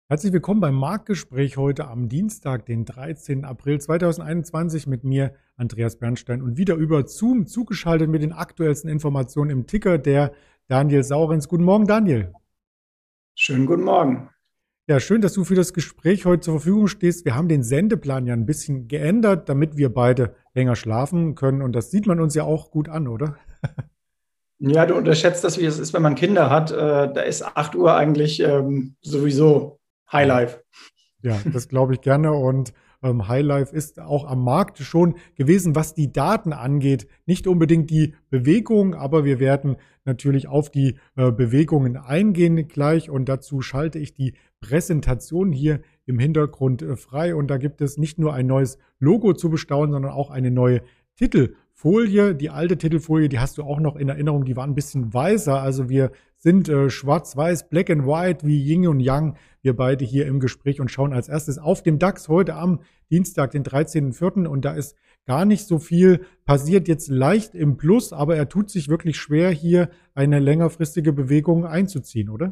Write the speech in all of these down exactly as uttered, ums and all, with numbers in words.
Herzlich willkommen beim Marktgespräch heute am Dienstag, den dreizehnten April zweitausendeinundzwanzig mit mir, Andreas Bernstein, und wieder über Zoom zugeschaltet mit den aktuellsten Informationen im Ticker, der Daniel Saurens. Guten Morgen, Daniel. Schönen guten Morgen. Ja, schön, dass du für das Gespräch heute zur Verfügung stehst. Wir haben den Sendeplan ja ein bisschen geändert, damit wir beide länger schlafen können. Und das sieht man uns ja auch gut an, oder? Ja, du unterschätzt das, wie es ist, wenn man Kinder hat. Äh, da ist acht Uhr eigentlich ähm, sowieso Ja. Highlife. Ja, das glaube ich gerne. Und ähm, Highlife ist auch am Markt schon gewesen, was die Daten angeht. Nicht unbedingt die Bewegung, aber wir werden natürlich auf die äh, Bewegungen eingehen gleich. Und dazu schalte ich die Präsentation hier im Hintergrund äh, frei. Und da gibt es nicht nur ein neues Logo zu bestaunen, sondern auch eine neue Titelfolie. Die alte Titelfolie, die hast du auch noch in Erinnerung, die war ein bisschen weißer. Also wir sind äh, schwarz-weiß, black and white, wie Yin und Yang, wir beide hier im Gespräch und schauen als erstes auf den DAX heute am Dienstag, den dreizehnten vierten Und da ist gar nicht so viel passiert, jetzt leicht im Plus, aber er tut sich wirklich schwer, hier eine längerfristige Bewegung einzuziehen, oder?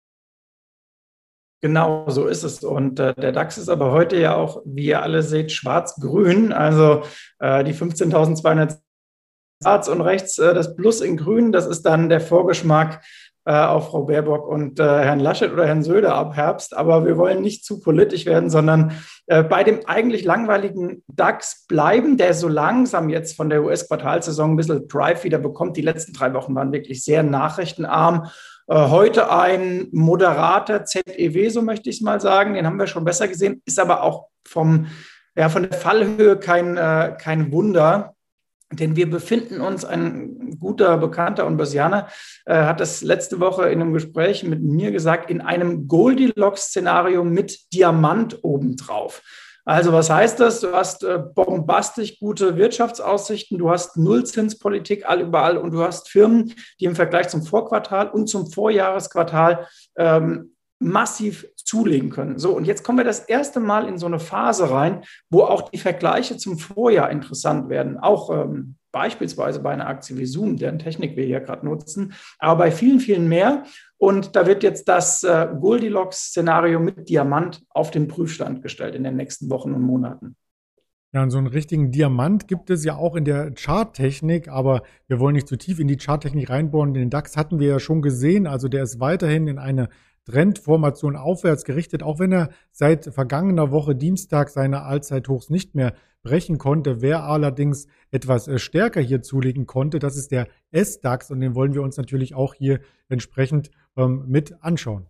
Genau so ist es. Und äh, der DAX ist aber heute ja auch, wie ihr alle seht, schwarz-grün. Also äh, die fünfzehntausendzweihundert schwarz und rechts äh, das Plus in grün. Das ist dann der Vorgeschmack äh, auf Frau Baerbock und äh, Herrn Laschet oder Herrn Söder ab Herbst. Aber wir wollen nicht zu politisch werden, sondern äh, bei dem eigentlich langweiligen DAX bleiben, der so langsam jetzt von der U S-Quartalsaison ein bisschen Drive wieder bekommt. Die letzten drei Wochen waren wirklich sehr nachrichtenarm. Äh, heute ein moderater Z E W, so möchte ich es mal sagen. Den haben wir schon besser gesehen, ist aber auch vom, ja, von der Fallhöhe kein, äh, kein Wunder. Denn wir befinden uns, ein guter Bekannter und Börsianer äh, hat das letzte Woche in einem Gespräch mit mir gesagt, in einem Goldilocks-Szenario mit Diamant obendrauf. Also was heißt das? Du hast äh, bombastisch gute Wirtschaftsaussichten, du hast Nullzinspolitik all überall und du hast Firmen, die im Vergleich zum Vorquartal und zum Vorjahresquartal ähm, massiv zulegen können. So, und jetzt kommen wir das erste Mal in so eine Phase rein, wo auch die Vergleiche zum Vorjahr interessant werden. Auch ähm, beispielsweise bei einer Aktie wie Zoom, deren Technik wir hier gerade nutzen, aber bei vielen, vielen mehr. Und da wird jetzt das äh, Goldilocks-Szenario mit Diamant auf den Prüfstand gestellt in den nächsten Wochen und Monaten. Ja, und so einen richtigen Diamant gibt es ja auch in der Charttechnik, aber wir wollen nicht zu tief in die Charttechnik reinbohren. Den DAX hatten wir ja schon gesehen, also der ist weiterhin in eine Trendformation aufwärts gerichtet, auch wenn er seit vergangener Woche Dienstag seine Allzeithochs nicht mehr brechen konnte. Wer allerdings etwas äh, stärker hier zulegen konnte, das ist der S-DAX, und den wollen wir uns natürlich auch hier entsprechend ähm, mit anschauen.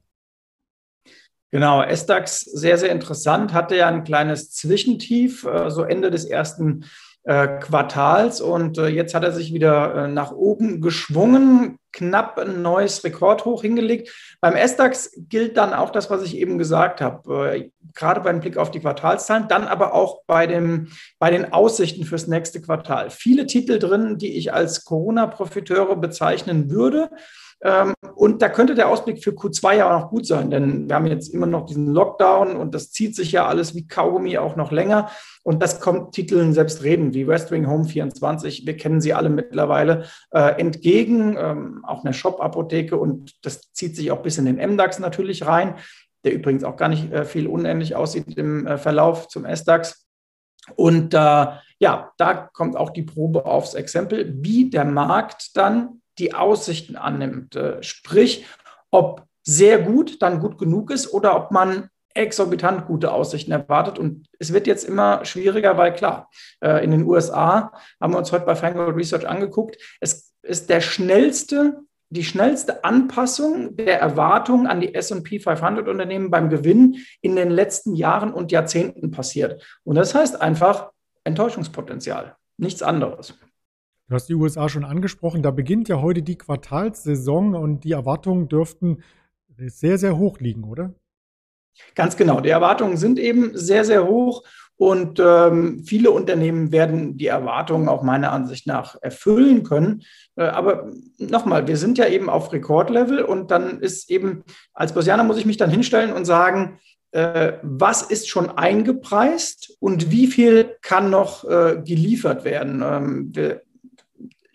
Genau, S-DAX, sehr, sehr interessant, hatte ja ein kleines Zwischentief, äh, so Ende des ersten äh, Quartals, und äh, jetzt hat er sich wieder äh, nach oben geschwungen, knapp ein neues Rekordhoch hingelegt. Beim S-DAX gilt dann auch das, was ich eben gesagt habe, äh, gerade beim Blick auf die Quartalszahlen, dann aber auch bei, dem, bei den Aussichten fürs nächste Quartal. Viele Titel drin, die ich als Corona-Profiteure bezeichnen würde. Ähm, und da könnte der Ausblick für Q zwei ja auch noch gut sein, denn wir haben jetzt immer noch diesen Lockdown und das zieht sich ja alles wie Kaugummi auch noch länger. Und das kommt Titeln selbstredend wie Westwing Home vierundzwanzig, wir kennen sie alle mittlerweile, äh, entgegen, ähm, auch eine Shop-Apotheke, und das zieht sich auch bis in den M DAX natürlich rein, der übrigens auch gar nicht äh, viel unähnlich aussieht im äh, Verlauf zum S-DAX. Und äh, ja, da kommt auch die Probe aufs Exempel, wie der Markt dann die Aussichten annimmt. Äh, sprich, ob sehr gut dann gut genug ist oder ob man exorbitant gute Aussichten erwartet. Und es wird jetzt immer schwieriger, weil klar, äh, in den U S A haben wir uns heute bei Feingold Research angeguckt, es ist der schnellste, die schnellste Anpassung der Erwartungen an die S und P fünfhundert Unternehmen beim Gewinn in den letzten Jahren und Jahrzehnten passiert. Und das heißt einfach Enttäuschungspotenzial, nichts anderes. Du hast die U S A schon angesprochen. Da beginnt ja heute die Quartalssaison und die Erwartungen dürften sehr, sehr hoch liegen, oder? Ganz genau. Die Erwartungen sind eben sehr, sehr hoch, und ähm, viele Unternehmen werden die Erwartungen auch meiner Ansicht nach erfüllen können. Äh, aber nochmal, wir sind ja eben auf Rekordlevel, und dann ist eben, als Börsianer muss ich mich dann hinstellen und sagen, äh, was ist schon eingepreist und wie viel kann noch äh, geliefert werden? Ähm, wir,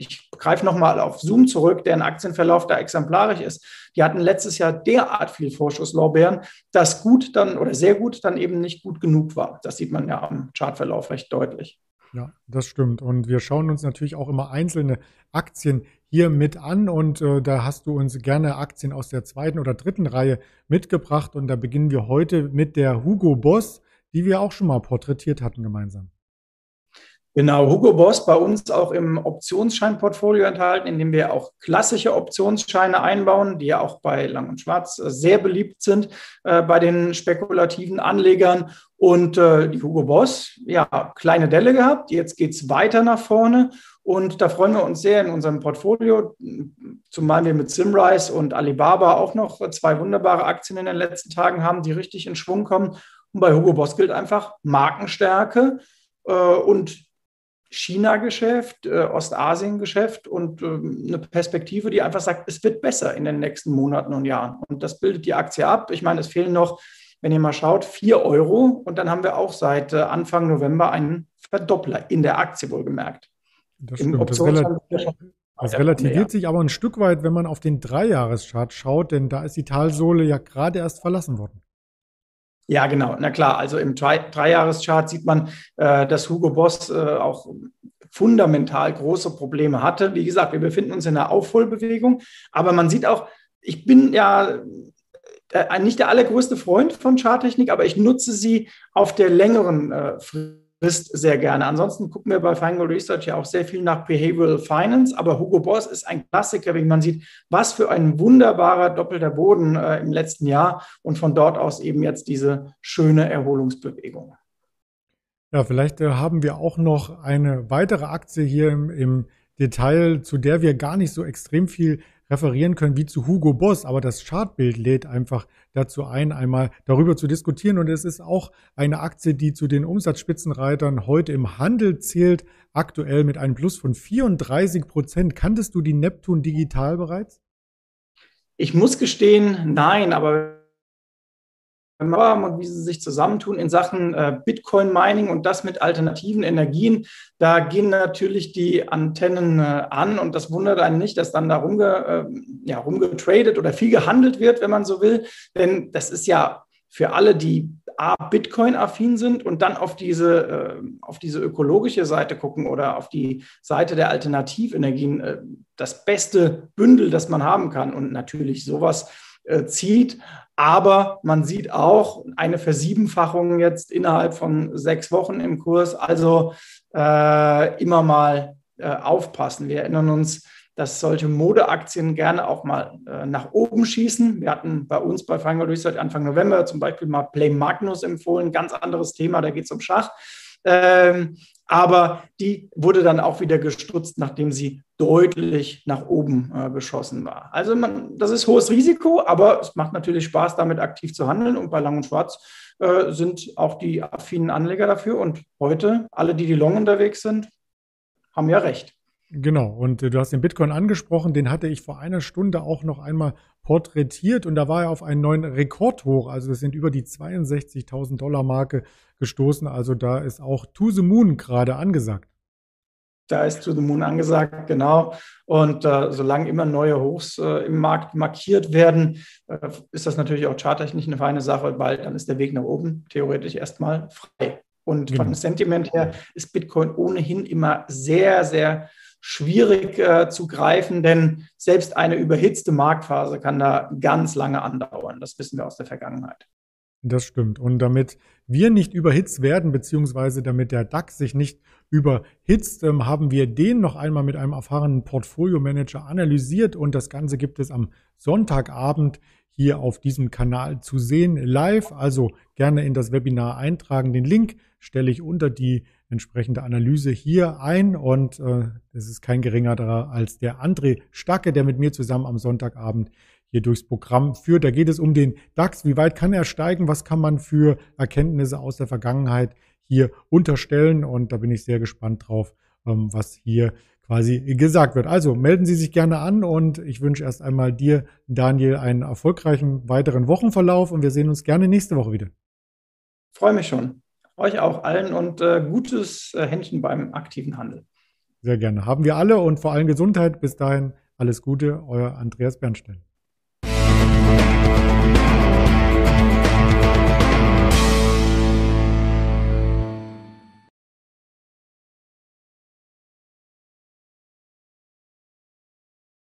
ich greife nochmal auf Zoom zurück, deren Aktienverlauf da exemplarisch ist. Die hatten letztes Jahr derart viel Vorschusslorbeeren, dass gut dann oder sehr gut dann eben nicht gut genug war. Das sieht man ja am Chartverlauf recht deutlich. Ja, das stimmt. Und wir schauen uns natürlich auch immer einzelne Aktien hier mit an. Und äh, da hast du uns gerne Aktien aus der zweiten oder dritten Reihe mitgebracht. Und da beginnen wir heute mit der Hugo Boss, die wir auch schon mal porträtiert hatten gemeinsam. Genau, Hugo Boss bei uns auch im Optionsscheinportfolio enthalten, in dem wir auch klassische Optionsscheine einbauen, die ja auch bei Lang und Schwarz sehr beliebt sind äh, bei den spekulativen Anlegern. Und äh, die Hugo Boss, ja, kleine Delle gehabt, jetzt geht es weiter nach vorne. Und da freuen wir uns sehr in unserem Portfolio, zumal wir mit Simrise und Alibaba auch noch zwei wunderbare Aktien in den letzten Tagen haben, die richtig in Schwung kommen. Und bei Hugo Boss gilt einfach Markenstärke äh, und China-Geschäft, äh, Ostasien-Geschäft und äh, eine Perspektive, die einfach sagt, es wird besser in den nächsten Monaten und Jahren. Und das bildet die Aktie ab. Ich meine, es fehlen noch, wenn ihr mal schaut, vier Euro. Und dann haben wir auch seit äh, Anfang November einen Verdoppler in der Aktie wohlgemerkt. Das stimmt. Das, rela das relativiert sich aber ein Stück weit, wenn man auf den Dreijahreschart schaut, denn da ist die Talsohle ja gerade erst verlassen worden. Ja, genau. Na klar, also im Dreijahreschart sieht man, äh, dass Hugo Boss äh, auch fundamental große Probleme hatte. Wie gesagt, wir befinden uns in einer Aufholbewegung, aber man sieht auch, ich bin ja äh, nicht der allergrößte Freund von Charttechnik, aber ich nutze sie auf der längeren äh, Frist sehr gerne. Ansonsten gucken wir bei Feingold Research ja auch sehr viel nach Behavioral Finance, aber Hugo Boss ist ein Klassiker, wie man sieht, was für ein wunderbarer doppelter Boden äh, im letzten Jahr und von dort aus eben jetzt diese schöne Erholungsbewegung. Ja, vielleicht äh, haben wir auch noch eine weitere Aktie hier im, im Detail, zu der wir gar nicht so extrem viel referieren können wie zu Hugo Boss, aber das Chartbild lädt einfach dazu ein, einmal darüber zu diskutieren. Und es ist auch eine Aktie, die zu den Umsatzspitzenreitern heute im Handel zählt, aktuell mit einem Plus von vierunddreißig Prozent. Kanntest du die Neptun Digital bereits? Ich muss gestehen, nein, aber und wie sie sich zusammentun in Sachen äh, Bitcoin-Mining und das mit alternativen Energien, da gehen natürlich die Antennen äh, an und das wundert einen nicht, dass dann da rumge, äh, ja, rumgetradet oder viel gehandelt wird, wenn man so will, denn das ist ja für alle, die A, Bitcoin-affin sind und dann auf diese, äh, auf diese ökologische Seite gucken oder auf die Seite der Alternativenergien, äh, das beste Bündel, das man haben kann und natürlich sowas äh, zieht. Aber man sieht auch eine Versiebenfachung jetzt innerhalb von sechs Wochen im Kurs. Also äh, immer mal äh, aufpassen. Wir erinnern uns, dass solche Modeaktien gerne auch mal äh, nach oben schießen. Wir hatten bei uns bei Feingold Research Anfang November zum Beispiel mal Play Magnus empfohlen. Ganz anderes Thema, da geht es um Schach. Ähm, aber die wurde dann auch wieder gestutzt, nachdem sie deutlich nach oben äh, geschossen war. Also man, das ist hohes Risiko, aber es macht natürlich Spaß, damit aktiv zu handeln. Und bei Lang und Schwarz äh, sind auch die affinen Anleger dafür. Und heute, alle, die die Long unterwegs sind, haben ja recht. Genau, und äh, du hast den Bitcoin angesprochen, den hatte ich vor einer Stunde auch noch einmal porträtiert und da war er auf einen neuen Rekordhoch, also wir sind über die zweiundsechzigtausend Dollar Marke gestoßen, also da ist auch To the Moon gerade angesagt. Da ist To the Moon angesagt, genau. Und äh, solange immer neue Hochs äh, im Markt markiert werden, äh, ist das natürlich auch charttechnisch eine feine Sache, weil dann ist der Weg nach oben theoretisch erstmal frei. Und genau. Von dem Sentiment her ist Bitcoin ohnehin immer sehr, sehr schwierig äh, zu greifen, denn selbst eine überhitzte Marktphase kann da ganz lange andauern. Das wissen wir aus der Vergangenheit. Das stimmt. Und damit wir nicht überhitzt werden, beziehungsweise damit der DAX sich nicht überhitzt, ähm, haben wir den noch einmal mit einem erfahrenen Portfolio-Manager analysiert. Und das Ganze gibt es am Sonntagabend hier auf diesem Kanal zu sehen, live. Also gerne in das Webinar eintragen. Den Link stelle ich unter die entsprechende Analyse hier ein. Und äh, das ist kein geringerer als der André Stacke, der mit mir zusammen am Sonntagabend hier durchs Programm führt. Da geht es um den DAX. Wie weit kann er steigen? Was kann man für Erkenntnisse aus der Vergangenheit hier unterstellen? Und da bin ich sehr gespannt drauf, was hier quasi gesagt wird. Also melden Sie sich gerne an und ich wünsche erst einmal dir, Daniel, einen erfolgreichen weiteren Wochenverlauf und wir sehen uns gerne nächste Woche wieder. Freue mich schon. Euch auch allen und äh, gutes äh, Händchen beim aktiven Handel. Sehr gerne. Haben wir alle und vor allem Gesundheit. Bis dahin alles Gute, euer Andreas Bernstein.